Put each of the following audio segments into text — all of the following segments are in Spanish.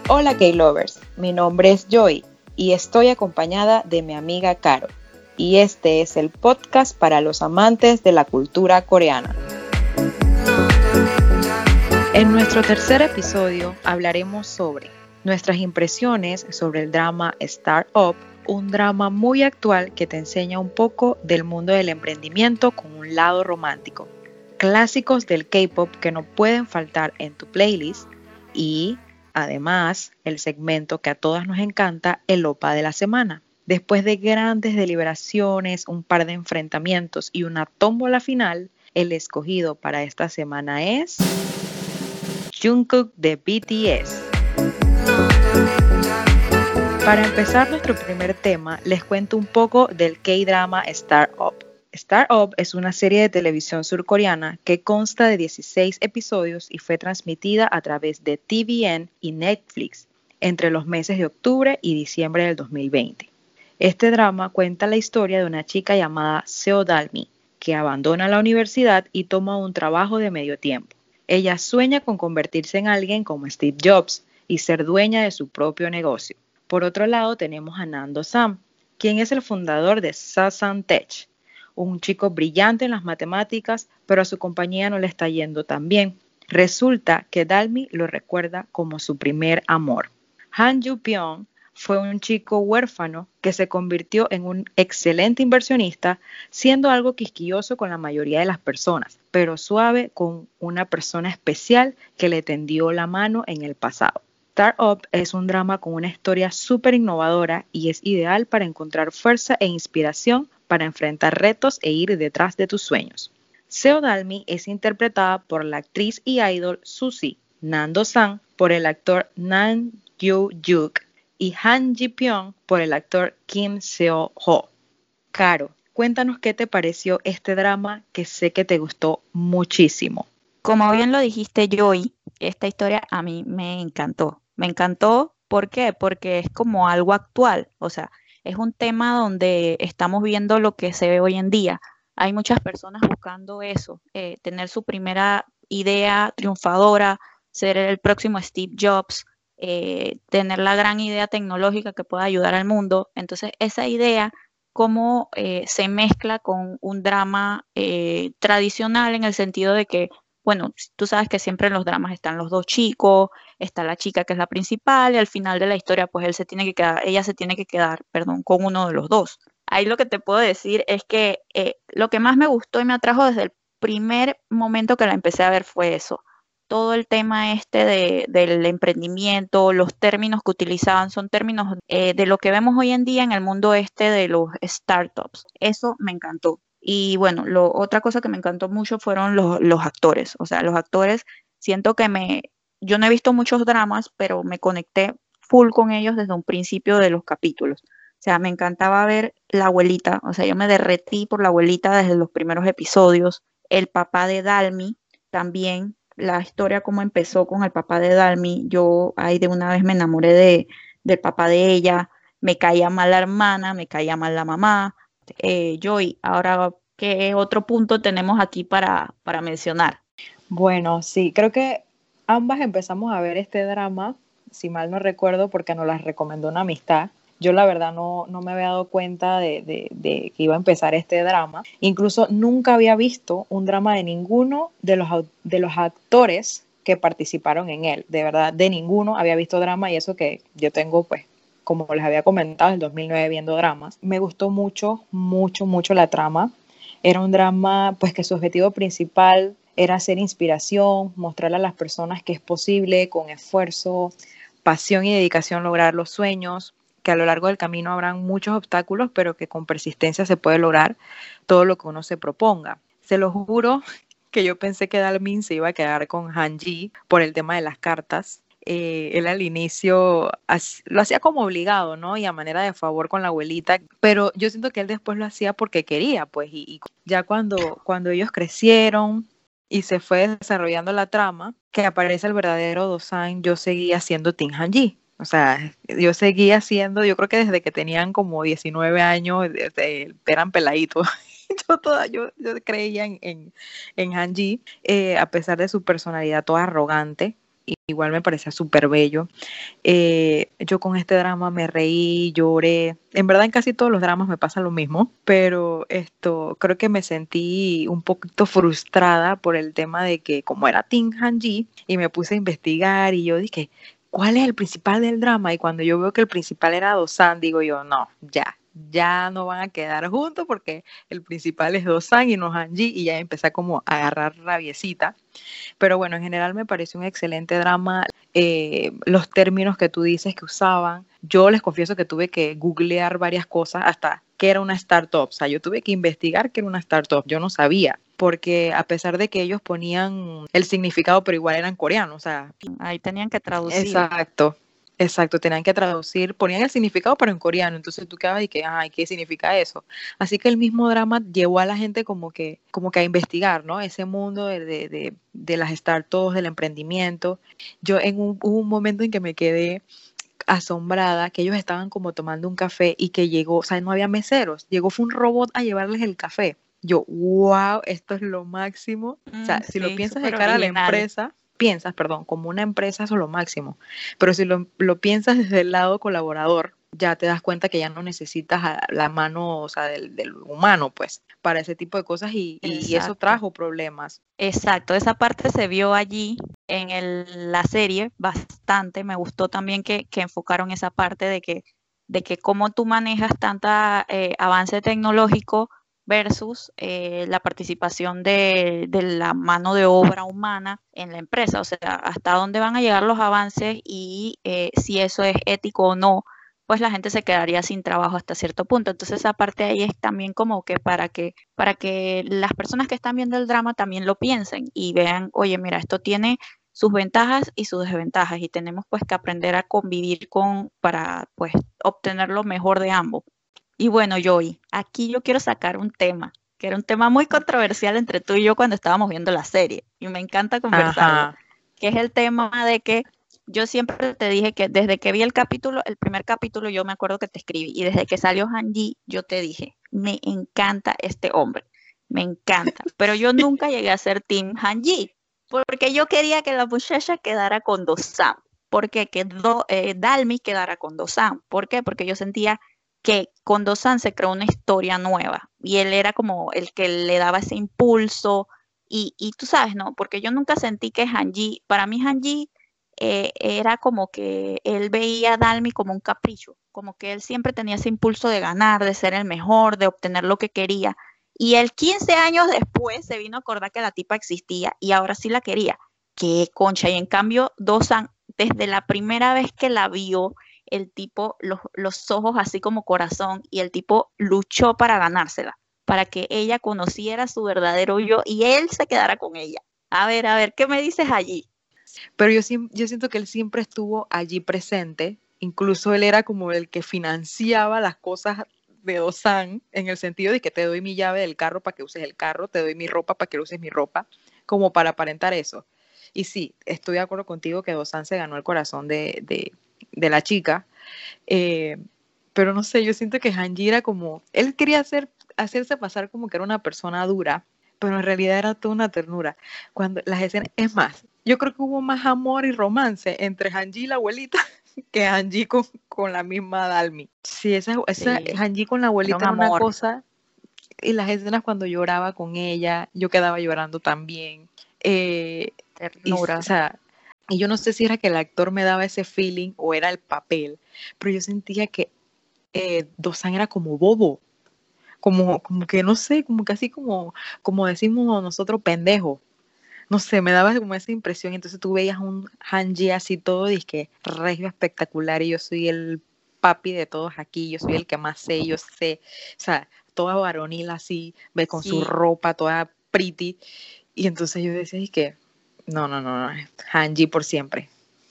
Hola K-Lovers, mi nombre es Joy y estoy acompañada de mi amiga Caro. Y este es el podcast para los amantes de la cultura coreana. En nuestro tercer episodio hablaremos sobre nuestras impresiones sobre el drama Start Up, un drama muy actual que te enseña un poco del mundo del emprendimiento con un lado romántico, clásicos del K-pop que no pueden faltar en tu playlist y, además, el segmento que a todas nos encanta, el OPA de la semana. Después de grandes deliberaciones, un par de enfrentamientos y una tómbola final, el escogido para esta semana es Jungkook de BTS. Para empezar nuestro primer tema, les cuento un poco del K-drama Start Up. Start Up es una serie de televisión surcoreana que consta de 16 episodios y fue transmitida a través de TVN y Netflix entre los meses de octubre y diciembre del 2020. Este drama cuenta la historia de una chica llamada Seo Dalmi, que abandona la universidad y toma un trabajo de medio tiempo. Ella sueña con convertirse en alguien como Steve Jobs y ser dueña de su propio negocio. Por otro lado tenemos a Nando Sam, quien es el fundador de Sasan Tech, un chico brillante en las matemáticas, pero a su compañía no le está yendo tan bien. Resulta que Dalmi lo recuerda como su primer amor. Han Joo-pyong fue un chico huérfano que se convirtió en un excelente inversionista, siendo algo quisquilloso con la mayoría de las personas, pero suave con una persona especial que le tendió la mano en el pasado. Start Up es un drama con una historia súper innovadora y es ideal para encontrar fuerza e inspiración para enfrentar retos e ir detrás de tus sueños. Seo Dalmi es interpretada por la actriz y idol Suzy, Nando San por el actor Nam Gyu-juk y Han Ji-pyong por el actor Kim Seo-ho. Caro, cuéntanos qué te pareció este drama que sé que te gustó muchísimo. Como bien lo dijiste, Joy, esta historia a mí me encantó. Me encantó, ¿por qué? Porque es como algo actual, o sea, es un tema donde estamos viendo lo que se ve hoy en día. Hay muchas personas buscando eso, tener su primera idea triunfadora, ser el próximo Steve Jobs, tener la gran idea tecnológica que pueda ayudar al mundo. Entonces, esa idea cómo se mezcla con un drama tradicional en el sentido de que bueno, tú sabes que siempre en los dramas están los dos chicos, está la chica que es la principal y al final de la historia pues ella se tiene que quedar, perdón, con uno de los dos. Ahí lo que te puedo decir es que lo que más me gustó y me atrajo desde el primer momento que la empecé a ver fue eso. Todo el tema del emprendimiento, los términos que utilizaban son términos de lo que vemos hoy en día en el mundo de los startups. Eso me encantó. Y bueno, otra cosa que me encantó mucho fueron los actores. O sea, los actores, siento que yo no he visto muchos dramas, pero me conecté full con ellos desde un principio de los capítulos. O sea, me encantaba ver la abuelita. O sea, yo me derretí por la abuelita desde los primeros episodios. El papá de Dalmi también. La historia cómo empezó con el papá de Dalmi. Yo ahí de una vez me enamoré del papá de ella. Me caía mal la hermana, me caía mal la mamá. Joy, ahora, ¿qué otro punto tenemos aquí para mencionar? Bueno, sí, creo que ambas empezamos a ver este drama, si mal no recuerdo, porque nos las recomendó una amistad. Yo la verdad no me había dado cuenta de que iba a empezar este drama. Incluso nunca había visto un drama de ninguno de los actores que participaron en él. De verdad, de ninguno había visto drama y eso que yo tengo, pues, como les había comentado, en el 2009 viendo dramas. Me gustó mucho, mucho, mucho la trama. Era un drama, pues, que su objetivo principal era hacer inspiración, mostrarle a las personas que es posible con esfuerzo, pasión y dedicación lograr los sueños, que a lo largo del camino habrán muchos obstáculos, pero que con persistencia se puede lograr todo lo que uno se proponga. Se lo juro que yo pensé que Dalmin se iba a quedar con Hanji por el tema de las cartas. Él al inicio lo hacía como obligado, ¿no? Y a manera de favor con la abuelita, pero yo siento que él después lo hacía porque quería, pues, y ya cuando ellos crecieron, y se fue desarrollando la trama, que aparece el verdadero Dosan, yo seguía siendo Team Hanji. O sea, yo seguía siendo, yo creo que desde que tenían como 19 años, eran peladitos. Yo creía en Hanji, a pesar de su personalidad toda arrogante. igual me parecía súper bello. Yo con este drama me reí, lloré. En verdad en casi todos los dramas me pasa lo mismo, pero creo que me sentí un poquito frustrada por el tema de que como era Team Han-ji y me puse a investigar y yo dije, ¿cuál es el principal del drama? Y cuando yo veo que el principal era Do-san, digo yo, no, ya no van a quedar juntos porque el principal es Do-san y no Han-ji, y ya empecé como a agarrar rabiecita. Pero bueno, en general me pareció un excelente drama. Los términos que tú dices que usaban, yo les confieso que tuve que googlear varias cosas hasta qué era una startup. O sea, yo tuve que investigar qué era una startup. Yo no sabía, porque a pesar de que ellos ponían el significado, pero igual eran coreanos. O sea, ahí tenían que traducir. exacto. Exacto, tenían que traducir, ponían el significado pero en coreano, entonces tú quedabas y que, ay, ¿qué significa eso? Así que el mismo drama llevó a la gente como que a investigar, ¿no? Ese mundo de las startups, del emprendimiento. Yo hubo un momento en que me quedé asombrada, que ellos estaban como tomando un café y que llegó, o sea, no había meseros, llegó fue un robot a llevarles el café. Yo, wow, esto es lo máximo. O sea, si lo Sí, piensas de súper cara a la original. empresa, piensas, perdón, como una empresa, eso es lo máximo. Pero si lo piensas desde el lado colaborador, ya te das cuenta que ya no necesitas la mano, o sea, del humano, pues, para ese tipo de cosas y eso Exacto. trajo problemas. Exacto, esa parte se vio allí en la serie bastante. Me gustó también que enfocaron esa parte de que cómo tú manejas tanta avance tecnológico versus la participación de la mano de obra humana en la empresa. O sea, hasta dónde van a llegar los avances y si eso es ético o no, pues la gente se quedaría sin trabajo hasta cierto punto. Entonces esa parte ahí es también como que para que las personas que están viendo el drama también lo piensen y vean, oye, mira, esto tiene sus ventajas y sus desventajas y tenemos pues que aprender a convivir para pues obtener lo mejor de ambos. Y bueno, Joey, aquí yo quiero sacar un tema, que era un tema muy controversial entre tú y yo cuando estábamos viendo la serie y me encanta conversarlo, Ajá. que es el tema de que yo siempre te dije que desde que vi el primer capítulo, yo me acuerdo que te escribí, y desde que salió Hanji, yo te dije, me encanta este hombre, me encanta, pero yo nunca llegué a ser Team Hanji, porque yo quería que la muchacha quedara con Dosam, porque que Dalmi quedara con Dosam, ¿por qué? Porque yo sentía que con Dosam se creó una historia nueva, y él era como el que le daba ese impulso, y tú sabes, ¿no? Porque yo nunca sentí que Hanji, para mí Hanji era como que él veía a Dalmi como un capricho, como que él siempre tenía ese impulso de ganar, de ser el mejor, de obtener lo que quería. Y él 15 años después se vino a acordar que la tipa existía y ahora sí la quería. Qué concha. Y en cambio, Dosan, desde la primera vez que la vio, el tipo, los ojos así como corazón, y el tipo luchó para ganársela, para que ella conociera su verdadero yo y él se quedara con ella. A ver, ¿qué me dices allí? Pero yo siento que él siempre estuvo allí presente, incluso él era como el que financiaba las cosas de Osan, en el sentido de que te doy mi llave del carro para que uses el carro, te doy mi ropa para que uses mi ropa, como para aparentar eso. Y sí, estoy de acuerdo contigo que Osan se ganó el corazón de la chica, eh, pero no sé, yo siento que Hanji era como, él quería hacerse pasar como que era una persona dura, pero en realidad era toda una ternura. Cuando las escenas, es más, yo creo que hubo más amor y romance entre Hanji y la abuelita que Hanji con la misma Dalmi. Sí, esa Sí, Hanji con la era un abuelita era una amor, cosa, y las escenas cuando lloraba con ella, yo quedaba llorando también. Eh, o ternura. sea, y yo no sé si era que el actor me daba ese feeling o era el papel, pero yo sentía que Dosan era como bobo, como que no sé, como casi como decimos nosotros, pendejo. No sé, me daba como esa impresión. Entonces tú veías un Hanji así todo, disque regio espectacular, y yo soy el papi de todos aquí, yo soy el que más sé, yo sé, o sea, toda varonil así, ve con su Sí, ropa toda pretty. Y entonces yo decía, y que no, Hanji por siempre.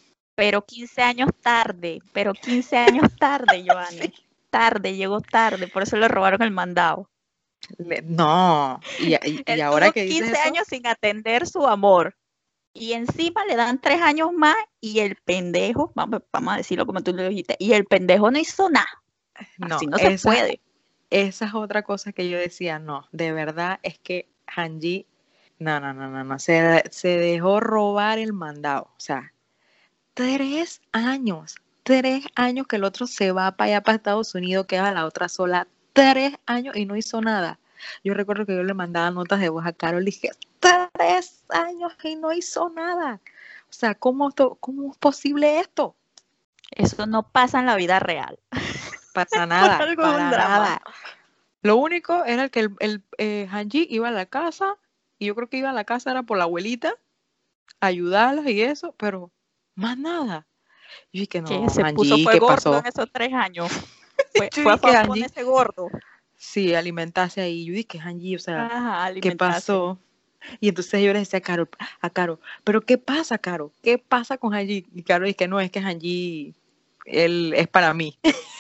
pero 15 años tarde, Joanny. Sí. Tarde, llegó tarde, por eso le robaron el mandado. No, y Él ahora tuvo que dices 15 eso, años sin atender su amor. Y encima le dan 3 años más y el pendejo, vamos a decirlo como tú lo dijiste, y el pendejo no hizo nada. no, Así no se puede. esa es otra cosa que yo decía, no, de verdad es que Hanji, no, se dejó robar el mandado, o sea, 3 años. 3 años que el otro se va para allá, para Estados Unidos, queda la otra sola. 3 años y no hizo nada. Yo recuerdo que yo le mandaba notas de voz a Carol y dije, 3 años y no hizo nada. O sea, ¿cómo es posible esto? Eso no pasa en la vida real. Para nada, algo para un drama. nada. Lo único era que el Hanji iba a la casa, y yo creo que iba a la casa era por la abuelita, ayudarlas y eso, pero más nada. Yo dije, Que no, se puso, Hanji, fue ¿qué gordo pasó? en esos 3 años. Yo Fue dije, a Hanji, ponerse gordo. sí, alimentarse ahí. Yo dije, Hanji, o sea, Ajá, ¿qué alimentarse. pasó? Y entonces yo le decía a Caro, ¿pero qué pasa, Caro? ¿Qué pasa con Hanji? Y Caro dice que no, es que Hanji, él es para mí.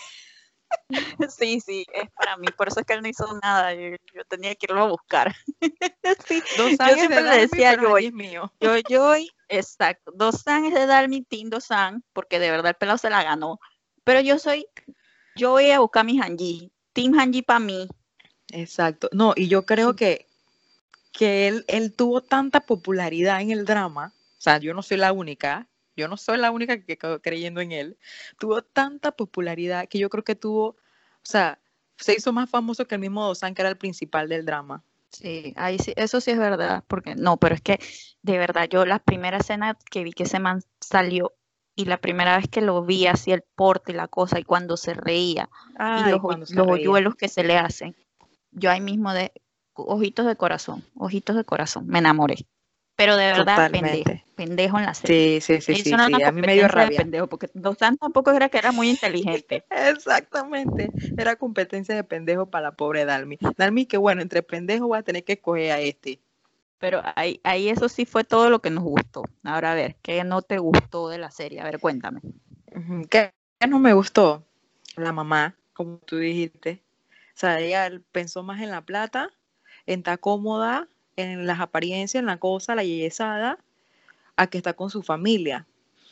Sí, es para mí. Por eso es que él no hizo nada. Yo tenía que irlo a buscar. Sí, Dos yo años de siempre le Dalmi, decía a pero Hanji Joy, es mío. Joy, exacto, 2 años de Dalmi, Team 2, porque de verdad el pelado se la ganó. Pero yo voy a buscar mi Hanji. Team Hanji para mí. Exacto. No, y yo creo Sí. que él tuvo tanta popularidad en el drama, o sea, yo no soy la única que quedó creyendo en él, tuvo tanta popularidad que yo creo que o sea, se hizo más famoso que el mismo Dosan, que era el principal del drama. Sí, ahí sí, eso sí es verdad, porque no, pero es que de verdad yo la primera escena que vi que ese man salió y la primera vez que lo vi así el porte y la cosa y cuando se reía y Ay, cuando se los reía. hoyuelos que se le hacen, yo ahí mismo de ojitos de corazón, me enamoré. Pero de verdad, Totalmente. pendejo en la serie. Sí, Eso no era una sí, a mí me dio competencia de rabia. pendejo, porque Dawson tampoco era que era muy inteligente. Exactamente. Era competencia de pendejo para la pobre Dalmi. Dalmi, que bueno, entre pendejo voy a tener que escoger a este. Pero ahí eso sí fue todo lo que nos gustó. Ahora a ver, ¿qué no te gustó de la serie? A ver, cuéntame. ¿Qué no me gustó? La mamá, como tú dijiste. O sea, ella pensó más en la plata, en estar cómoda, en las apariencias, en la cosa, la yeyesada, a que está con su familia.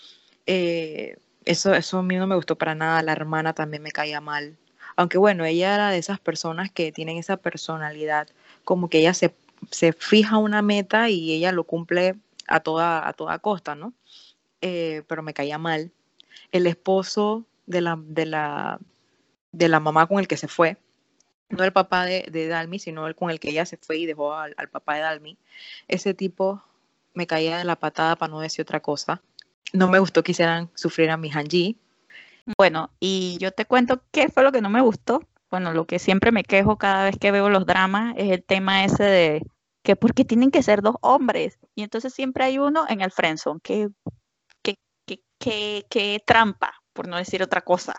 Eso a mí no me gustó para nada. La hermana también me caía mal. Aunque bueno, ella era de esas personas que tienen esa personalidad, como que ella se fija una meta y ella lo cumple a toda costa, ¿no? Pero me caía mal. El esposo de la mamá con el que se fue, no el papá de Dalmi, sino el con el que ella se fue y dejó al papá de Dalmi, ese tipo me caía de la patada, para no decir otra cosa. No me gustó que hicieran sufrir a mi Hanji. Bueno, y yo te cuento qué fue lo que no me gustó. Bueno, lo que siempre me quejo cada vez que veo los dramas es el tema ese de que porque tienen que ser dos hombres. Y entonces siempre hay uno en el friendzone. Qué trampa, por no decir otra cosa.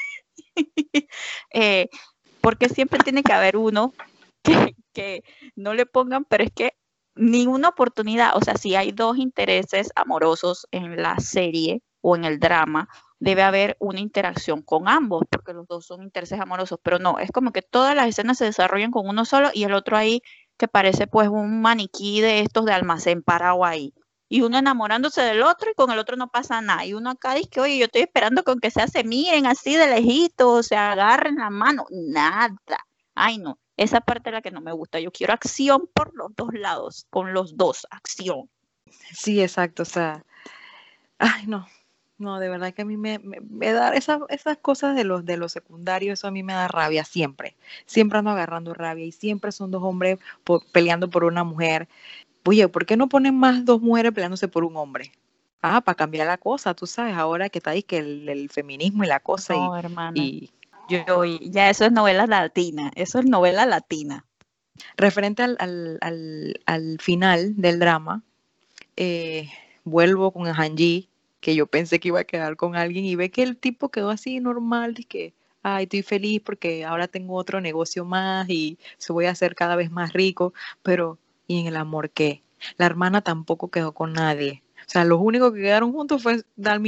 Porque siempre tiene que haber uno que no le pongan, pero es que ninguna oportunidad, o sea, si hay dos intereses amorosos en la serie o en el drama, debe haber una interacción con ambos, porque los dos son intereses amorosos, pero no, es como que todas las escenas se desarrollan con uno solo y el otro ahí que parece pues un maniquí de estos de almacén parado ahí. Y uno enamorándose del otro y con el otro no pasa nada. Y uno acá dice que, oye, yo estoy esperando con que se miren así de lejito, se agarren la mano. Nada. Ay, no. Esa parte es la que no me gusta. Yo quiero acción por los dos lados, con los dos, acción. Sí, exacto, o sea, ay, no, de verdad que a mí me da esas cosas de los secundarios, eso a mí me da rabia siempre. Siempre ando agarrando rabia y siempre son dos hombres peleando por una mujer. Oye, ¿por qué no ponen más dos mujeres peleándose por un hombre? Ah, para cambiar la cosa, tú sabes, ahora que está ahí que el feminismo y la cosa No, hermana. y Ya eso es novela latina. Eso es novela latina. referente al final del drama, eh, vuelvo con el Hanji, que yo pensé que iba a quedar con alguien y ve que el tipo quedó así normal, de que, ay, estoy feliz porque ahora tengo otro negocio más y se voy a hacer cada vez más rico, pero ¿y en el amor qué? La hermana tampoco quedó con nadie. O sea, los únicos que quedaron juntos fue Dalmi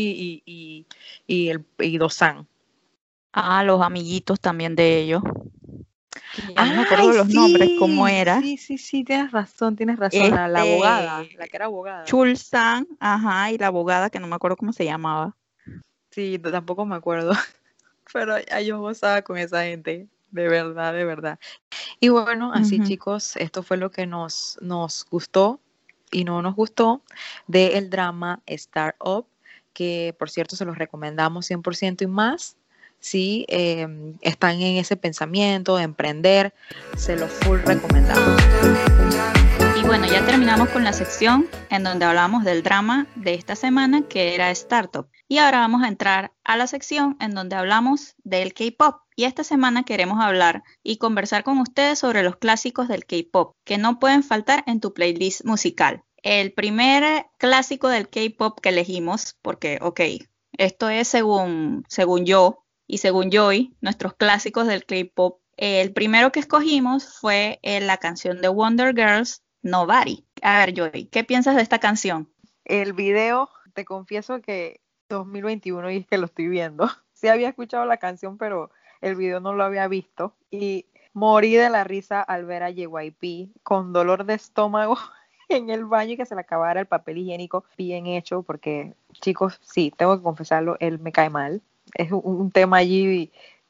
y Dosan. Ah, los amiguitos también de ellos. Que ya no me acuerdo Ay, de los nombres, ¿cómo sí, era? sí, sí, sí, tienes razón, tienes razón. La abogada, la Este, que era abogada. Chulsan, ajá, y la abogada que no me acuerdo cómo se llamaba. Sí, tampoco me acuerdo. Pero ay, yo gozaba con esa gente, de verdad, de verdad. Y bueno, así Ujú. chicos, esto fue lo que nos gustó y no nos gustó del drama Start Up, que por cierto se los recomendamos 100% y más. Si están en ese pensamiento de emprender, se los full recomendamos. Y bueno, ya terminamos con la sección en donde hablamos del drama de esta semana, que era Startup. Y ahora vamos a entrar a la sección en donde hablamos del K-pop. Y esta semana queremos hablar y conversar con ustedes sobre los clásicos del K-pop, que no pueden faltar en tu playlist musical. El primer clásico del K-pop que elegimos, porque, esto es según yo y según Joy, nuestros clásicos del K-pop. El primero que escogimos fue la canción de Wonder Girls, Nobody. A ver, Joy, ¿qué piensas de esta canción? El video, te confieso que 2021 y es que lo estoy viendo. Sí había escuchado la canción, pero el video no lo había visto. Y morí de la risa al ver a JYP con dolor de estómago en el baño y que se le acabara el papel higiénico bien hecho, porque, chicos, sí, tengo que confesarlo, él me cae mal. Es un tema allí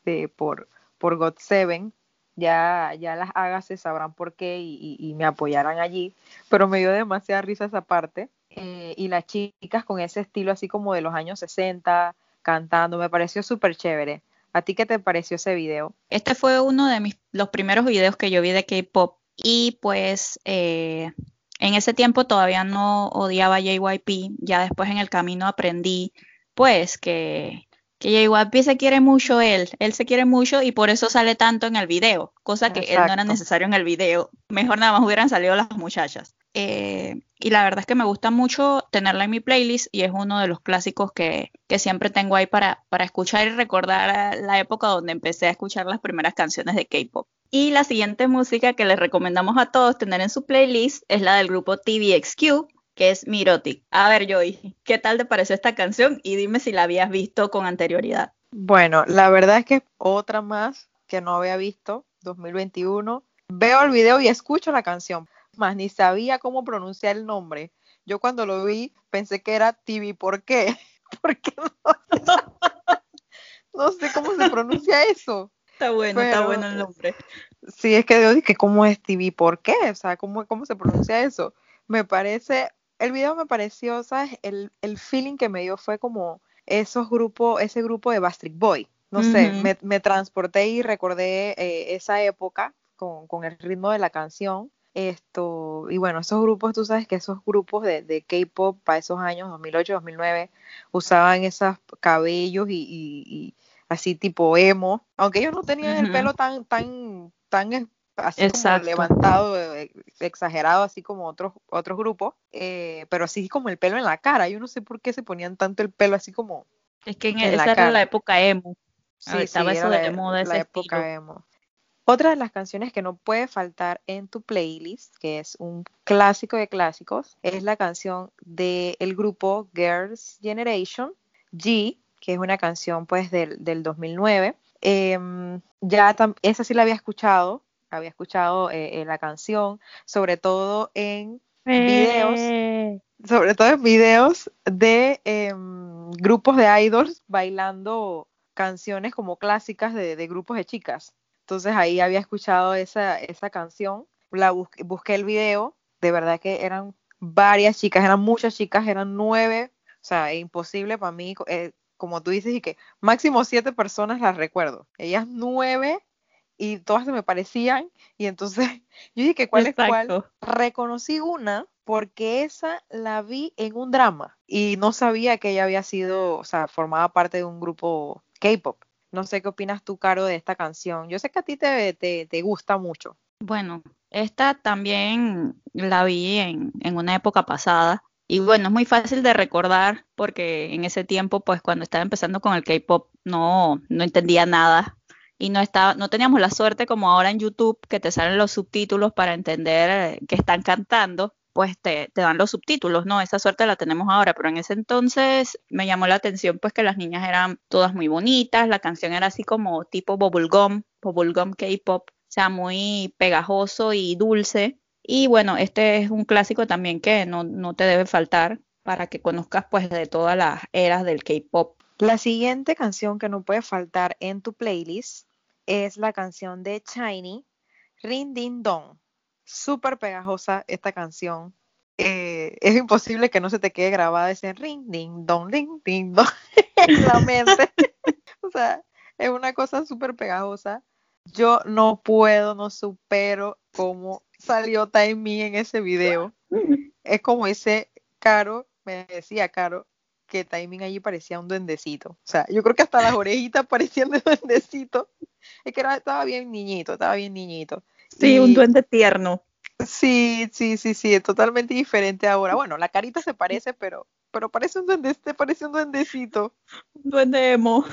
por GOT7. Ya las hagas se sabrán por qué y me apoyarán allí, pero me dio demasiada risa esa parte. Y las chicas con ese estilo así como de los años 60 cantando, me pareció súper chévere. ¿A ti qué te pareció ese video? Este fue uno de los primeros videos que yo vi de K-pop y pues en ese tiempo todavía no odiaba a JYP, ya después en el camino aprendí pues que JYP se quiere mucho él se quiere mucho y por eso sale tanto en el video, cosa que él no era Exacto. necesario en el video, mejor nada más hubieran salido las muchachas. Y la verdad es que me gusta mucho tenerla en mi playlist y es uno de los clásicos que siempre tengo ahí para escuchar y recordar la época donde empecé a escuchar las primeras canciones de K-pop. Y la siguiente música que les recomendamos a todos tener en su playlist es la del grupo TVXQ, que es Mirotic. A ver, Joy, ¿qué tal te pareció esta canción? Y dime si la habías visto con anterioridad. Bueno, la verdad es que otra más que no había visto, 2021. Veo el video y escucho la canción, más ni sabía cómo pronunciar el nombre. Yo cuando lo vi pensé que era TV. ¿Por qué? Porque no sé cómo se pronuncia eso. Está Pero bueno el nombre. sí, es que digo, que ¿cómo es TV? ¿Por qué? O sea, ¿cómo se pronuncia eso? Me parece, el video me pareció, ¿sabes? El feeling que me dio fue como ese grupo de Backstreet Boy. No sé, Ujú. me transporté y recordé esa época con el ritmo de la canción. Y bueno, esos grupos, tú sabes que esos grupos de K-pop para esos años, 2008, 2009, usaban esos cabellos y así tipo emo, aunque ellos no tenían el Ujú. pelo tan así como Exacto. levantado, exagerado, así como otros grupos, pero así como el pelo en la cara. Yo no sé por qué se ponían tanto el pelo así como Es que en la esa era la cara. época emo. Sí, Estaba sí, eso era de moda, la ese época estilo. emo. Otra de las canciones que no puede faltar en tu playlist, que es un clásico de clásicos, es la canción del grupo Girls' Generation, G, que es una canción pues del 2009. Esa sí la había escuchado la canción, sobre todo en videos, Eh, de grupos de idols bailando canciones como clásicas de grupos de chicas. Entonces ahí había escuchado esa canción, busqué el video, de verdad que eran varias chicas, eran muchas chicas, eran 9, o sea, imposible para mí, como tú dices, y que máximo 7 personas las recuerdo, ellas 9 y todas se me parecían, y entonces yo dije, ¿cuál es cuál? exacto. Reconocí una porque esa la vi en un drama y no sabía que ella había sido, o sea, formaba parte de un grupo K-pop. No sé qué opinas tú, Caro, de esta canción. Yo sé que a ti te gusta mucho. Bueno, esta también la vi en una época pasada. Y bueno, es muy fácil de recordar porque en ese tiempo, pues cuando estaba empezando con el K-pop, no entendía nada. Y no teníamos la suerte como ahora en YouTube, que te salen los subtítulos para entender que están cantando, pues te dan los subtítulos, ¿no? Esa suerte la tenemos ahora, pero en ese entonces me llamó la atención pues que las niñas eran todas muy bonitas, la canción era así como tipo bubblegum K-pop, o sea, muy pegajoso y dulce. Y bueno, este es un clásico también que no te debe faltar para que conozcas pues de todas las eras del K-pop. La siguiente canción que no puede faltar en tu playlist es la canción de Shiny, Rin Din Dong. Súper pegajosa esta canción. es imposible que no se te quede grabada ese ring, ding, dong en la mente. O sea, es una cosa súper pegajosa. Yo no puedo, no supero cómo salió Taimi en ese video. Es como dice Caro, me decía Caro, que Timing allí parecía un duendecito. O sea, yo creo que hasta las orejitas parecían de duendecito. Es que estaba bien niñito, estaba bien niñito. Sí, un Y duende tierno. sí, es totalmente diferente ahora. Bueno, la carita se parece, pero parece un parece un duendecito. Un duende emo.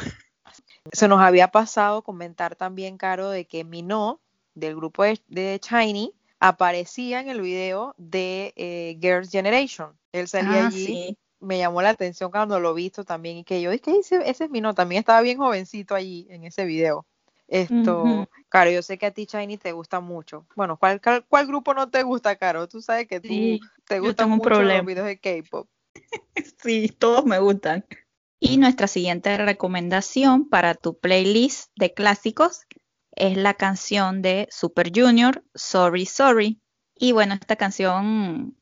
Se nos había pasado comentar también, Caro, de que Minho, del grupo de Shiny, aparecía en el video de Girls' Generation. Él salía Ah, allí, sí. me llamó la atención cuando lo he visto también, y que yo, es que ese es Minho, también estaba bien jovencito allí en ese video. Ujú. Caro, yo sé que a ti Shiny te gusta mucho. Bueno, ¿cuál grupo no te gusta, Caro? Tú sabes que tú Sí, te yo gustan tengo un mucho los problema. videos de K-pop. Sí, todos me gustan. Y nuestra siguiente recomendación para tu playlist de clásicos es la canción de Super Junior, Sorry, Sorry. Y bueno, esta canción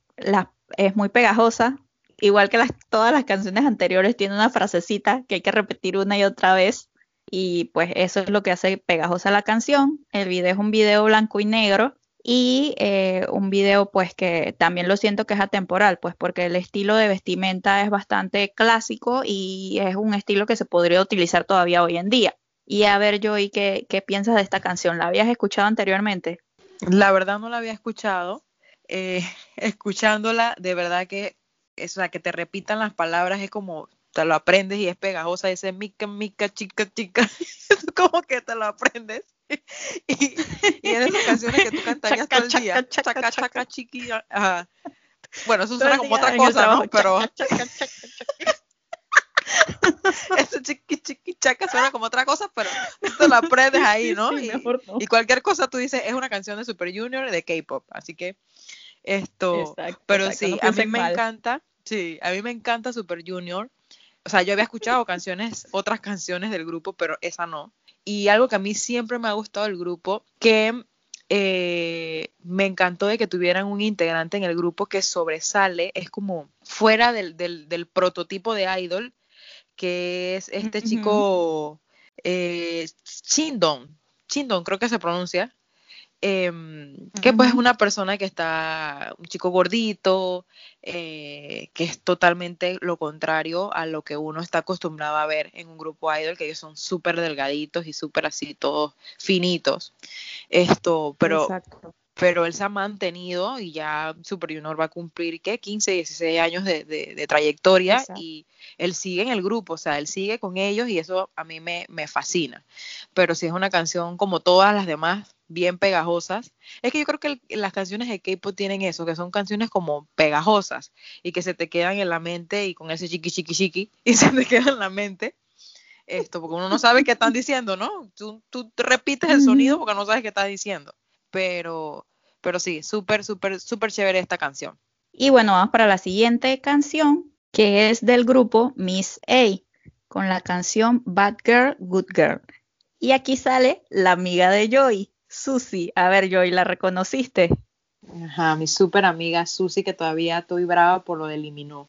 es muy pegajosa, igual que todas las canciones anteriores, tiene una frasecita que hay que repetir una y otra vez. Y pues eso es lo que hace pegajosa la canción. El video es un video blanco y negro y un video pues que también lo siento que es atemporal, pues porque el estilo de vestimenta es bastante clásico y es un estilo que se podría utilizar todavía hoy en día. Y a ver, Joey, ¿qué piensas de esta canción? ¿La habías escuchado anteriormente? La verdad no la había escuchado. Eh, Escuchándola, de verdad que, o sea, que te repitan las palabras es como te lo aprendes y es pegajosa. Ese mica, mica, chica, chica. Es como que te lo aprendes. Y, y en esas canciones que tú cantarías Chaca, todo el chaca, día, chaca, chaca, chaca. chaca, chiqui, ajá. Bueno, eso Todo suena el como día otra en el cosa, trabajo. ¿no? Pero Chaca, chaca, chaca, chaca. ese chiqui, chiqui, chaca suena como otra cosa, pero tú te lo aprendes ahí, ¿no? Sí, mejor no. Y cualquier cosa tú dices, es una canción de Super Junior de K-pop. Así que Exacto, pero exacto. sí, No a mí piensen me mal. encanta, sí, a mí me encanta Super Junior. O sea, yo había escuchado otras canciones del grupo, pero esa no. Y algo que a mí siempre me ha gustado del grupo, que me encantó de que tuvieran un integrante en el grupo que sobresale, es como fuera del prototipo de idol, que es este Ujú, chico Chindon, Chindon creo que se pronuncia, que pues es ujú. una persona que un chico gordito, que es totalmente lo contrario a lo que uno está acostumbrado a ver en un grupo idol, que ellos son súper delgaditos y súper así todos finitos. Pero Exacto. él se ha mantenido y ya Super Junior va a cumplir, ¿qué? 15, 16 años de trayectoria, Exacto. y él sigue en el grupo, o sea, él sigue con ellos y eso a mí me fascina. Pero si es una canción como todas las demás, bien pegajosas, es que yo creo que las canciones de K-pop tienen eso, que son canciones como pegajosas y que se te quedan en la mente y con ese chiqui chiqui chiqui y se te queda en la mente. Porque uno no sabe qué están diciendo, ¿no? Tú repites el sonido Ujú. porque no sabes qué estás diciendo. Pero, pero sí, súper, súper, súper chévere esta canción. Y bueno, vamos para la siguiente canción, que es del grupo Miss A, con la canción Bad Girl, Good Girl. Y aquí sale la amiga de Joy, Susie. A ver, Joy, ¿la reconociste? Ajá, mi súper amiga Susi, que todavía estoy brava por lo de eliminó.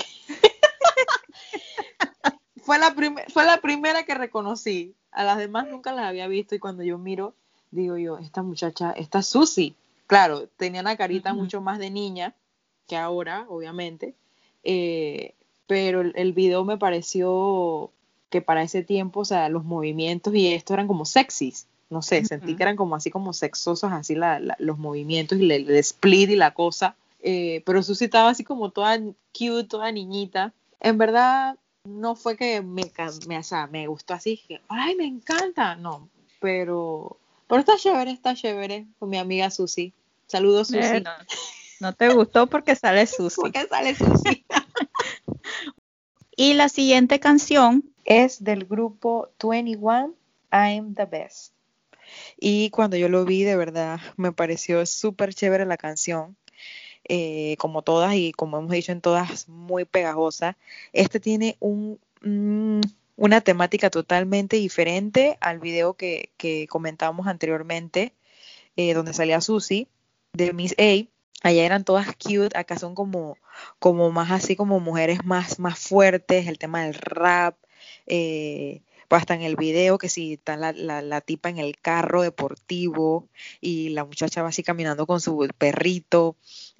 Fue la primera que reconocí. A las demás nunca las había visto y cuando yo miro, digo yo, esta muchacha, esta Susi. Claro, tenía una carita Ujú. mucho más de niña que ahora, obviamente. Eh, pero el video me pareció que para ese tiempo, o sea, los movimientos y esto eran como sexys. No sé, sentí que Ujú. eran como así como sexosos, así los movimientos y el split y la cosa. Pero Susi estaba así como toda cute, toda niñita. En verdad, no fue que o sea, me gustó así, que, ay, me encanta, no, pero está chévere con mi amiga Susi. Saludos, Susi. No, no te gustó porque sale ¿Por Susie. qué sale Susi? Y la siguiente canción, Es del grupo 21, I'm the Best. Y cuando yo lo vi, de verdad, me pareció súper chévere la canción. Como todas y como hemos dicho en todas, muy pegajosa. Este tiene una temática totalmente diferente al video que comentábamos anteriormente, donde salía Susie de Miss A. Allá eran todas cute, acá son como más así como mujeres más fuertes, el tema del rap, pues hasta en el video que si está la tipa en el carro deportivo y la muchacha va así caminando con su perrito,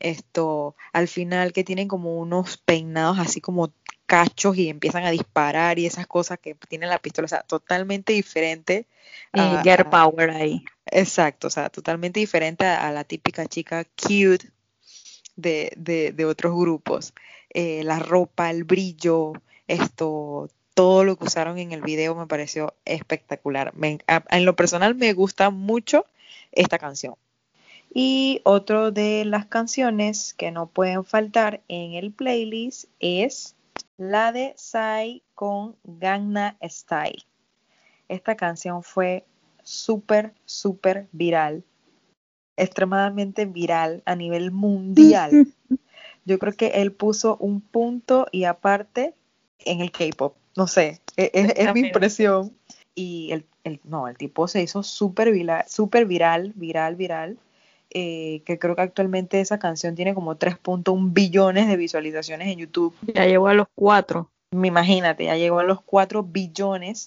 al final que tienen como unos peinados así como cachos y empiezan a disparar y esas cosas que tiene la pistola, o sea, totalmente diferente Girl Power ahí. exacto, o sea, totalmente diferente a la típica chica cute de otros grupos. La ropa, el brillo, todo lo que usaron en el video me pareció espectacular. En lo personal me gusta mucho esta canción. Y otro de las canciones que no pueden faltar en el playlist es la de Psy con Gangnam Style. Esta canción fue súper viral, extremadamente viral a nivel mundial. Yo creo que él puso un punto y aparte en el K-pop. No sé, es mi impresión. Y el tipo se hizo súper viral, que creo que actualmente esa canción tiene como 3.1 billones de visualizaciones en YouTube. Ya llegó a los 4. Imagínate, ya llegó a los 4 billones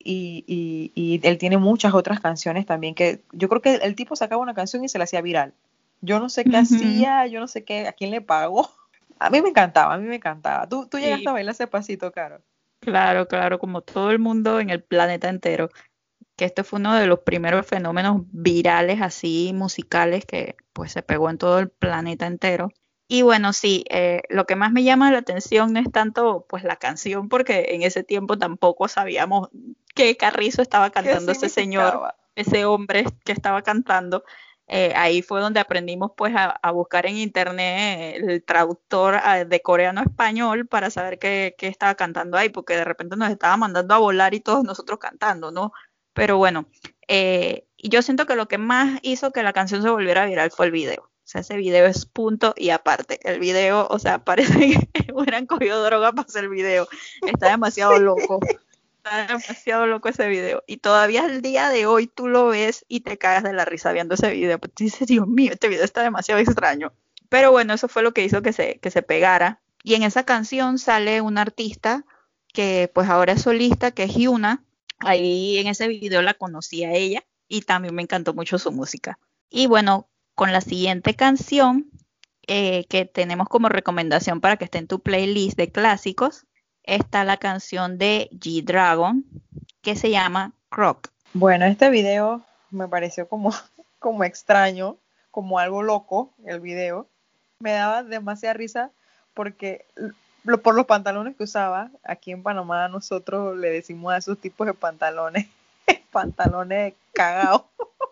y él tiene muchas otras canciones también que yo creo que el tipo sacaba una canción y se la hacía viral. Yo no sé qué hacía, yo no sé qué, a quién le pagó. A mí me encantaba. ¿Tú llegaste a bailar ese pasito, Caro? Claro, como todo el mundo en el planeta entero, que este fue uno de los primeros fenómenos virales así musicales que pues se pegó en todo el planeta entero. Y bueno, sí, lo que más me llama la atención no es tanto pues la canción, porque en ese tiempo tampoco sabíamos qué carrizo estaba cantando ese señor, ese hombre que estaba cantando. Ahí fue donde aprendimos pues a buscar en internet el traductor de coreano a español para saber qué estaba cantando ahí, porque de repente nos estaba mandando a volar y todos nosotros cantando, ¿no? Pero bueno, yo siento que lo que más hizo que la canción se volviera viral fue el video. O sea, ese video es punto y aparte. El video, o sea, parece que hubieran cogido droga para hacer el video. Está demasiado loco. Está demasiado loco ese video. Y todavía el día de hoy tú lo ves y te cagas de la risa viendo ese video. Pues tú dices, Dios mío, este video está demasiado extraño. Pero bueno, eso fue lo que hizo que se pegara. Y en esa canción sale un artista que pues ahora es solista, que es Hyuna. Ahí en ese video la conocí a ella y también me encantó mucho su música. Y bueno, con la siguiente canción que tenemos como recomendación para que esté en tu playlist de clásicos, está la canción de G-Dragon que se llama Croc. Bueno, este video me pareció como extraño, como algo loco el video. Me daba demasiada risa porque por los pantalones que usaba. Aquí en Panamá nosotros le decimos a esos tipos de pantalones, pantalones cagados.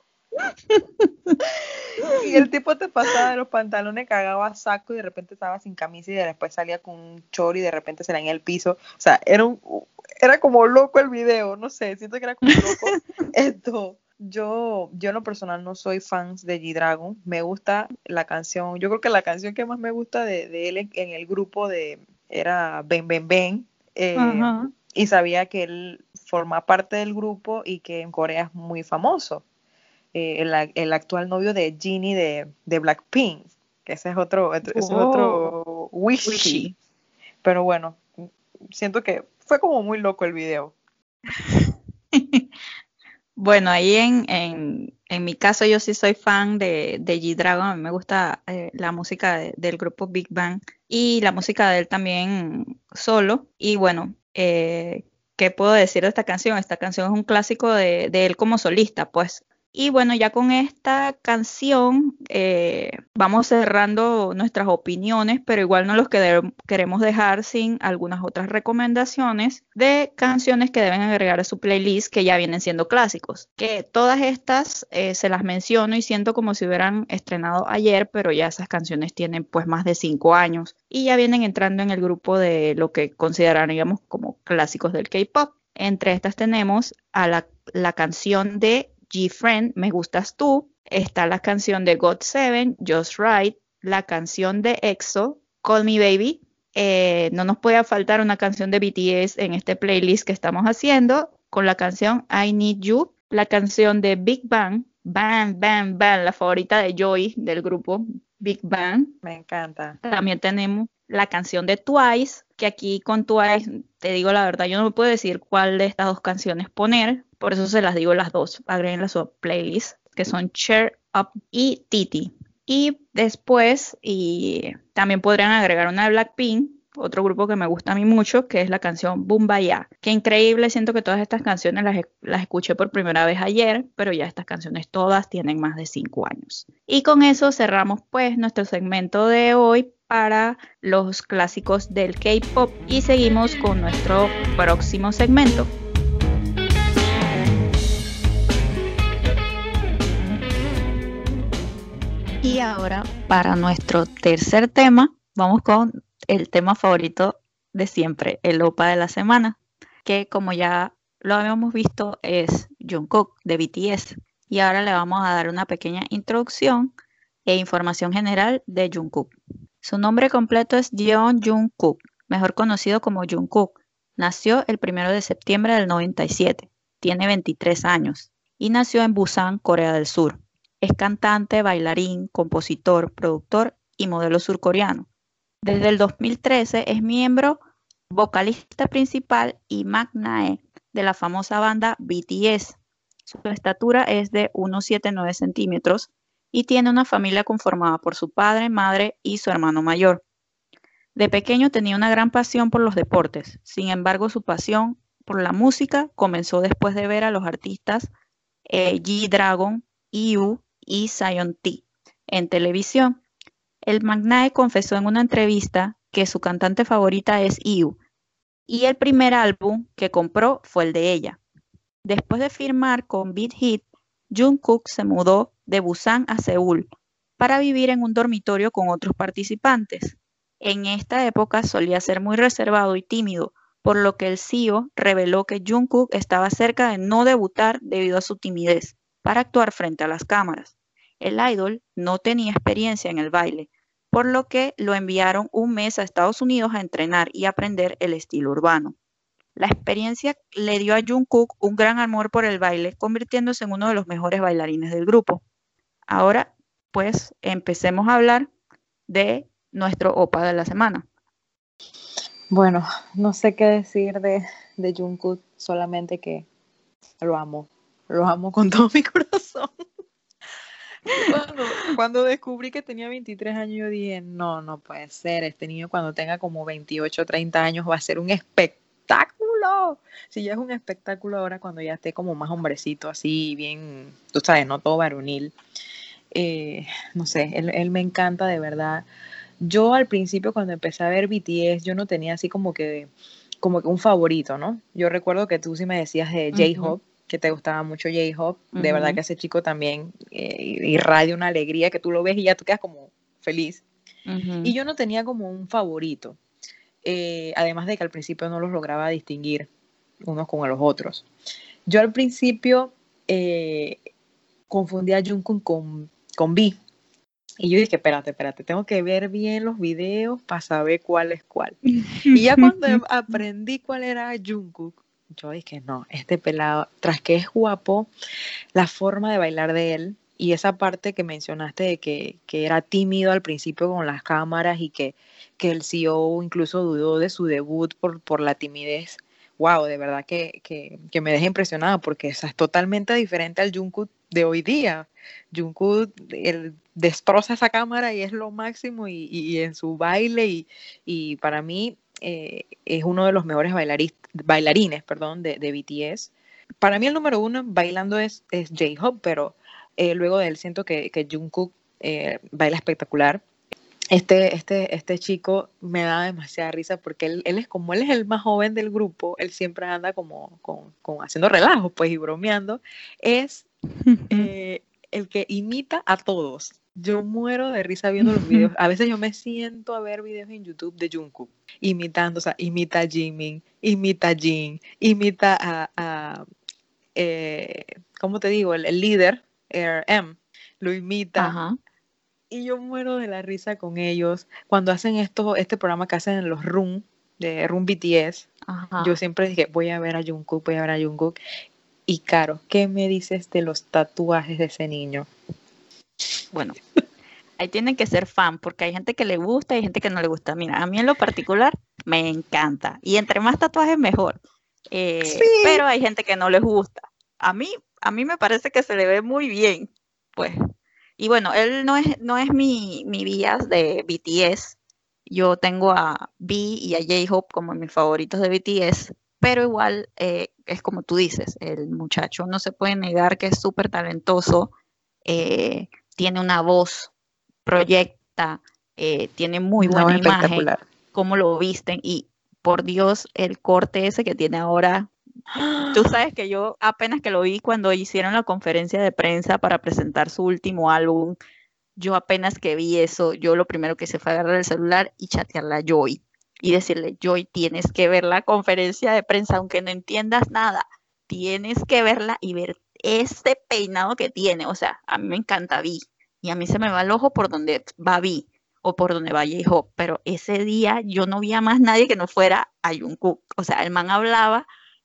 Y el tipo te pasaba de los pantalones cagado a saco y de repente estaba sin camisa y después salía con un chor y de repente se la en el piso. O sea, era como loco el video, no sé, siento que era como loco. Yo en lo personal no soy fan de G-Dragon, me gusta la canción, yo creo que la canción que más me gusta de él en el grupo era Ben Ben Ben, y sabía que él forma parte del grupo y que en Corea es muy famoso. El actual novio de Jennie de Blackpink, que ese es otro Wishy. Pero bueno, siento que fue como muy loco el video. Bueno, ahí en mi caso yo sí soy fan de G-Dragon, a mí me gusta la música del grupo Big Bang y la música de él también solo. Y bueno, ¿qué puedo decir de esta canción? Esta canción es un clásico de él como solista, pues. Y bueno, ya con esta canción vamos cerrando nuestras opiniones, pero igual no los queremos dejar sin algunas otras recomendaciones de canciones que deben agregar a su playlist que ya vienen siendo clásicos. Que todas estas se las menciono y siento como si hubieran estrenado ayer, pero ya esas canciones tienen pues más de 5 años y ya vienen entrando en el grupo de lo que consideraríamos como clásicos del K-pop. Entre estas tenemos a la canción de G-Friend, Me Gustas Tú, está la canción de GOT7, Just Right, la canción de EXO, Call Me Baby, no nos puede faltar una canción de BTS en este playlist que estamos haciendo, con la canción I Need You, la canción de Big Bang, Bang, Bang, Bang, la favorita de Joy del grupo, Big Bang. Me encanta. También tenemos la canción de Twice, que aquí con Twice, te digo la verdad, yo no me puedo decir cuál de estas dos canciones poner, por eso se las digo las dos, agréguenlas a su playlist, que son Cheer Up y Titi. Y después, y también podrían agregar una de Blackpink, otro grupo que me gusta a mí mucho, que es la canción Boombayah. Qué increíble, siento que todas estas canciones las escuché por primera vez ayer, pero ya estas canciones todas tienen más de 5 años. Y con eso cerramos pues nuestro segmento de hoy para los clásicos del K-pop y seguimos con nuestro próximo segmento. Y ahora, para nuestro tercer tema, vamos con el tema favorito de siempre, el OPA de la semana, que como ya lo habíamos visto es Jungkook de BTS. Y ahora le vamos a dar una pequeña introducción e información general de Jungkook. Su nombre completo es Jeon Jungkook, mejor conocido como Jungkook. Nació el 1 de septiembre del 97, tiene 23 años y nació en Busan, Corea del Sur. Es cantante, bailarín, compositor, productor y modelo surcoreano. Desde el 2013 es miembro, vocalista principal y magnae de la famosa banda BTS. Su estatura es de 1,79 centímetros y tiene una familia conformada por su padre, madre y su hermano mayor. De pequeño tenía una gran pasión por los deportes, sin embargo su pasión por la música comenzó después de ver a los artistas G-Dragon, IU y Zion.T en televisión. El magnae confesó en una entrevista que su cantante favorita es IU y el primer álbum que compró fue el de ella. Después de firmar con Big Hit, Jungkook se mudó de Busan a Seúl para vivir en un dormitorio con otros participantes. En esta época solía ser muy reservado y tímido, por lo que el CEO reveló que Jungkook estaba cerca de no debutar debido a su timidez para actuar frente a las cámaras. El idol no tenía experiencia en el baile, por lo que lo enviaron un mes a Estados Unidos a entrenar y aprender el estilo urbano. La experiencia le dio a Jungkook un gran amor por el baile, convirtiéndose en uno de los mejores bailarines del grupo. Ahora, pues, empecemos a hablar de nuestro OPA de la semana. Bueno, no sé qué decir de Jungkook, solamente que lo amo con todo mi corazón. Cuando descubrí que tenía 23 años, yo dije, no puede ser, este niño cuando tenga como 28 o 30 años va a ser un espectáculo. Si ya es un espectáculo ahora cuando ya esté como más hombrecito, así bien, tú sabes, no todo varonil. No sé, él me encanta de verdad. Yo al principio cuando empecé a ver BTS, yo no tenía así como que un favorito, ¿no? Yo recuerdo que tú sí me decías de J-Hope, que te gustaba mucho J-Hope. De verdad que ese chico también irradia una alegría que tú lo ves y ya tú quedas como feliz. Y yo no tenía como un favorito. Además de que al principio no los lograba distinguir unos con los otros. Yo al principio confundía a Jungkook con V. Y yo dije, espérate, tengo que ver bien los videos para saber cuál es cuál. Y ya cuando aprendí cuál era Jungkook, yo dije, no, este pelado, tras que es guapo, la forma de bailar de él y esa parte que mencionaste de que era tímido al principio con las cámaras y que el CEO incluso dudó de su debut por la timidez. Wow, de verdad que me deja impresionada porque es totalmente diferente al Jungkook de hoy día. Jungkook destroza esa cámara y es lo máximo y en su baile y para mí es uno de los mejores bailarines de BTS. Para mí el número uno bailando es J-Hope, pero luego de él siento que Jungkook baila espectacular. Este chico me da demasiada risa porque él es el más joven del grupo, él siempre anda como haciendo relajos pues y bromeando, es el que imita a todos. Yo muero de risa viendo los videos. A veces yo me siento a ver videos en YouTube de Jungkook imitando, o sea, imita a Jimin, imita a Jin, imita a ¿cómo te digo? El líder, RM, lo imita. Ajá. Y yo muero de la risa con ellos. Cuando hacen este programa que hacen en los Room, de Room BTS, Ajá. yo siempre dije, voy a ver a Jungkook. Y Caro, ¿qué me dices de los tatuajes de ese niño? Bueno, ahí tienen que ser fan, porque hay gente que le gusta y hay gente que no le gusta. Mira, a mí en lo particular me encanta. Y entre más tatuajes, mejor. Sí. Pero hay gente que no les gusta. A mí, a mí me parece que se le ve muy bien, pues. Y bueno, él no es mi bias de BTS. Yo tengo a B y a J-Hope como mis favoritos de BTS, pero igual es como tú dices, el muchacho no se puede negar que es súper talentoso, tiene una voz, proyecta, tiene muy No, buena imagen, espectacular. cómo lo visten y por Dios, el corte ese que tiene ahora. Tú sabes que yo apenas que lo vi cuando hicieron la conferencia de prensa para presentar su último álbum, yo apenas que vi eso, yo lo primero que hice fue agarrar el celular y chatearle a Joy y decirle, Joy, tienes que ver la conferencia de prensa, aunque no entiendas nada, tienes que verla y ver ese peinado que tiene. O sea, a mí me encanta Vi y a mí se me va el ojo por donde va Vi o por donde va J-Hope, pero ese día yo no vi a más nadie que no fuera a Jungkook. O sea, el man hablaba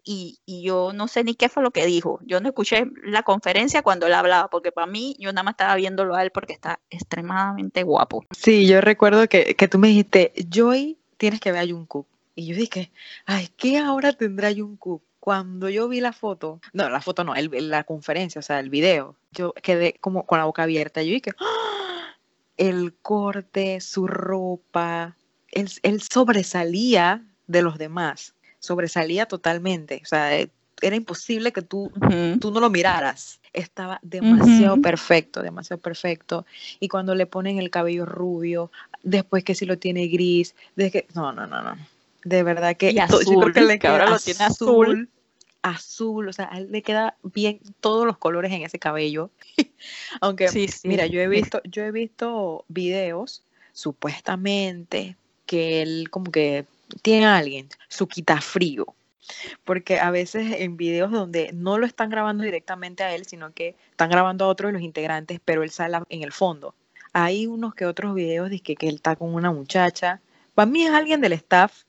y yo no sé ni qué fue lo que dijo. Yo no escuché la conferencia cuando él hablaba, porque para mí yo nada más estaba viéndolo a él porque está extremadamente guapo. Sí, yo recuerdo que tú me dijiste, Joy, tienes que ver a Jungkook. Y yo dije, ay, ¿qué ahora tendrá Jungkook? Cuando yo vi la foto no, la conferencia, o sea, el video, yo quedé como con la boca abierta. Yo dije, ¡ah! El corte, su ropa, él sobresalía de los demás, sobresalía totalmente. O sea, era imposible que Ujú, tú no lo miraras. Estaba demasiado ujú. perfecto, demasiado perfecto. Y cuando le ponen el cabello rubio, después que si lo tiene gris, no, no, no, no. De verdad que Y yo creo que azul, le que queda ahora lo tiene azul. azul, azul, o sea, a él le queda bien todos los colores en ese cabello. Aunque, Sí, sí. mira, yo he visto videos, supuestamente, que él como que tiene a alguien, su quitafrío, porque a veces en videos donde no lo están grabando directamente a él, sino que están grabando a otros de los integrantes, pero él sale en el fondo. Hay unos que otros videos de que él está con una muchacha. Para mí es alguien del staff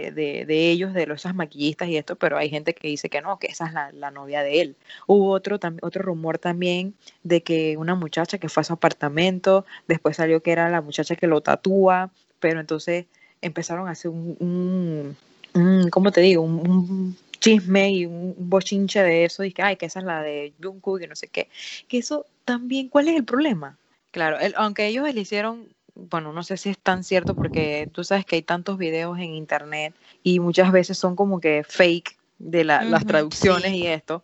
de ellos, de esas maquillistas y esto, pero hay gente que dice que no, que esa es la novia de él. Hubo otro rumor también de que una muchacha que fue a su apartamento, después salió que era la muchacha que lo tatúa, pero entonces empezaron a hacer ¿cómo te digo? Un chisme y un bochinche de eso, y que, ay, que esa es la de Jungkook y no sé qué. Que eso también, ¿cuál es el problema? Claro, aunque ellos le hicieron, bueno, no sé si es tan cierto porque tú sabes que hay tantos videos en internet y muchas veces son como que fake de las Ujú, traducciones sí. y esto,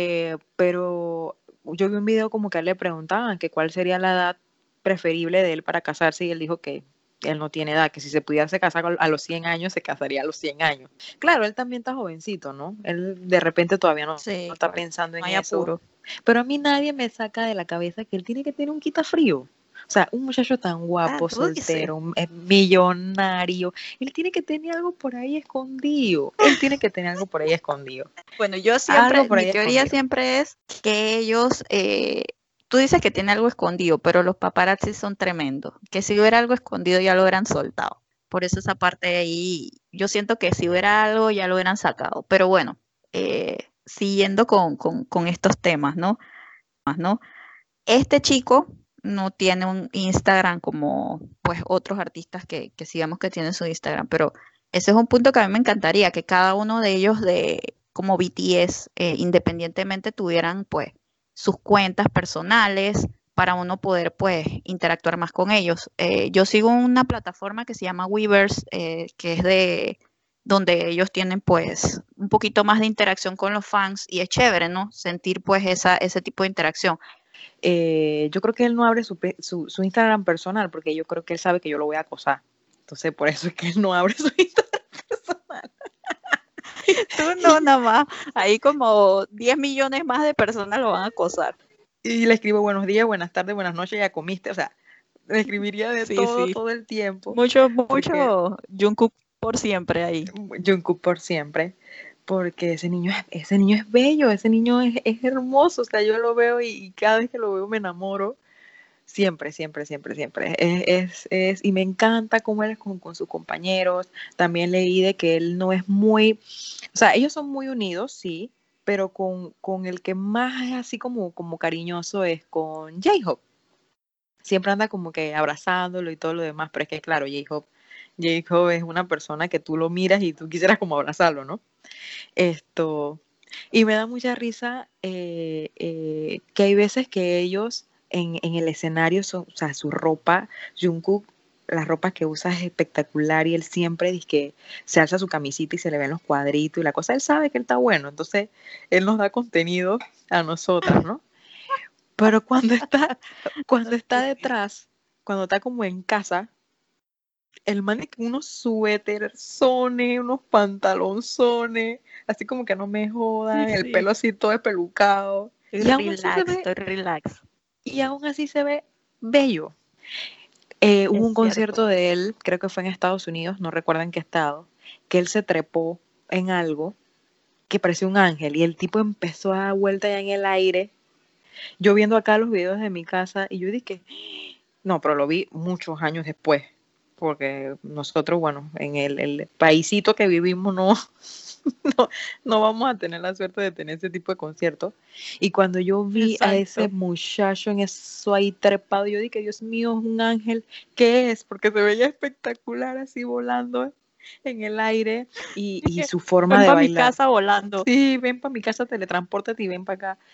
pero yo vi un video como que a él le preguntaban que cuál sería la edad preferible de él para casarse y él dijo que él no tiene edad, que si se pudiese casar a los 100 años, se casaría a los 100 años. Claro, él también está jovencito, ¿no? Él de repente todavía no Sí, está claro. pensando No en hay eso, apuro. pero a mí nadie me saca de la cabeza que él tiene que tener un quitafrío. O sea, un muchacho tan Ah, guapo, tú dices. soltero, millonario, él tiene que tener algo por ahí escondido. Él tiene que tener algo por ahí escondido. Bueno, yo Algo siempre, por mi ahí teoría escondido. siempre es que ellos, tú dices que tiene algo escondido, pero los paparazzi son tremendos, que si hubiera algo escondido ya lo hubieran soltado. Por eso esa parte de ahí, yo siento que si hubiera algo ya lo hubieran sacado. Pero bueno, siguiendo con estos temas, ¿no? Este chico no tiene un Instagram como pues otros artistas que sigamos que tienen su Instagram, pero ese es un punto que a mí me encantaría, que cada uno de ellos de como BTS independientemente tuvieran pues sus cuentas personales para uno poder pues interactuar más con ellos. Yo sigo una plataforma que se llama Weverse, que es de donde ellos tienen pues un poquito más de interacción con los fans y es chévere, ¿no? Sentir pues ese tipo de interacción. Yo creo que él no abre su Instagram personal porque yo creo que él sabe que yo lo voy a acosar. Entonces, por eso es que él no abre su Instagram personal. Tú no, nada más. Ahí como 10 millones más de personas lo van a acosar. Y le escribo buenos días, buenas tardes, buenas noches, ya comiste. O sea, le escribiría de Sí, todo, sí. todo el tiempo. Mucho, Porque mucho Jungkook por siempre ahí. Jungkook por siempre. Porque ese niño es bello, ese niño es hermoso. O sea, yo lo veo y cada vez que lo veo me enamoro. Siempre, siempre, siempre, siempre. Y me encanta cómo él es con sus compañeros. También leí de que él no es muy, o sea, ellos son muy unidos, sí, pero con el que más es así como cariñoso es con J-Hope. siempre anda como que abrazándolo y todo lo demás, pero es que claro, J-Hope es una persona que tú lo miras y tú quisieras como abrazarlo, ¿no? Esto, y me da mucha risa que hay veces que ellos en el escenario, o sea, su ropa, Jungkook, la ropa que usa es espectacular y él siempre dice que se alza su camisita y se le ven los cuadritos y la cosa, él sabe que él está bueno, entonces él nos da contenido a nosotras, ¿no? Pero cuando está detrás, cuando está como en casa, el man es unos suéterzones, unos pantalonzones, así como que no me jodan, el pelo así todo espelucado. Y aún así se ve, Estoy relax. y aún así se ve bello. Hubo Es un cierto. concierto de él, creo que fue en Estados Unidos, no recuerdo en qué estado, que él se trepó en algo que parecía un ángel y el tipo empezó a dar vuelta ya en el aire. Yo viendo acá los videos de mi casa y yo dije, no, pero lo vi muchos años después, porque nosotros, bueno, en el paísito que vivimos no, no vamos a tener la suerte de tener ese tipo de conciertos. Y cuando yo vi a ese Exacto. muchacho en eso ahí trepado, yo dije, Dios mío, es un ángel, ¿qué es? Porque se veía espectacular así volando en el aire y Dije, su forma ven de para mi bailar. casa volando. Sí, ven para mi casa, teletranspórtate y ven para acá.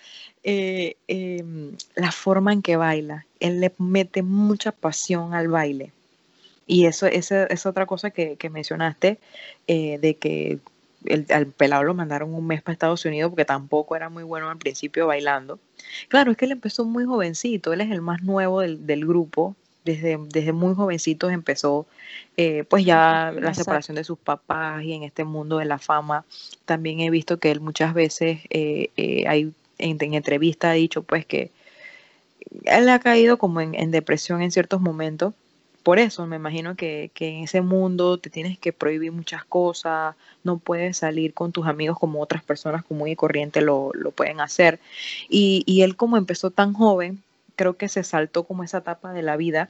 La forma en que baila, él le mete mucha pasión al baile. Y eso es otra cosa que mencionaste, de que al pelado lo mandaron un mes para Estados Unidos porque tampoco era muy bueno al principio bailando. Claro, es que él empezó muy jovencito, él es el más nuevo del grupo, desde muy jovencitos empezó pues ya la separación Exacto. de sus papás y en este mundo de la fama. También he visto que él muchas veces hay en entrevista ha dicho pues que él ha caído como en depresión en ciertos momentos. Por eso me imagino que en ese mundo te tienes que prohibir muchas cosas, no puedes salir con tus amigos como otras personas común y corriente lo pueden hacer. Y él como empezó tan joven, creo que se saltó como esa etapa de la vida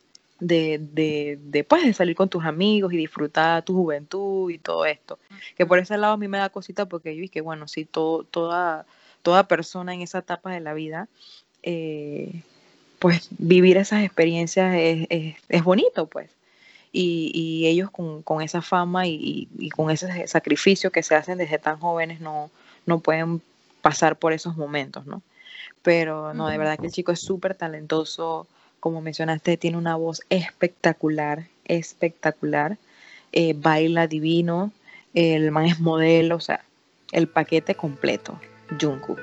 pues, de salir con tus amigos y disfrutar tu juventud y todo esto. Que por ese lado a mí me da cosita porque yo dije, bueno, sí, toda persona en esa etapa de la vida pues vivir esas experiencias es bonito, pues. Y ellos con esa fama y con ese sacrificio que se hacen desde tan jóvenes no pueden pasar por esos momentos, ¿no? Pero no, de verdad que el chico es súper talentoso, como mencionaste, tiene una voz espectacular, espectacular, baila divino, el man es modelo, o sea, el paquete completo, Jungkook.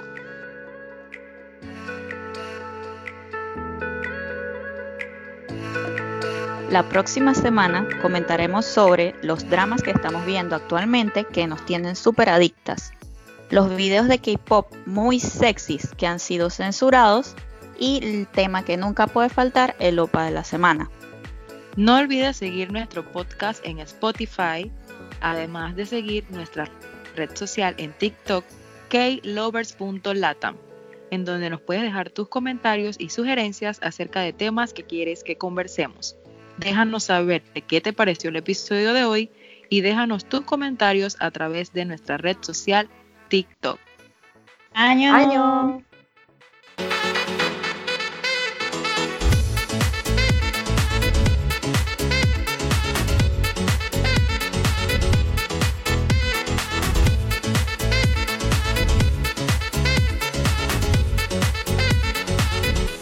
La próxima semana comentaremos sobre los dramas que estamos viendo actualmente que nos tienen súper adictas, los videos de K-pop muy sexys que han sido censurados y el tema que nunca puede faltar, el OPA de la semana. No olvides seguir nuestro podcast en Spotify, además de seguir nuestra red social en TikTok, klovers.latam, en donde nos puedes dejar tus comentarios y sugerencias acerca de temas que quieres que conversemos. Déjanos saber de qué te pareció el episodio de hoy y déjanos tus comentarios a través de nuestra red social TikTok. ¡Año!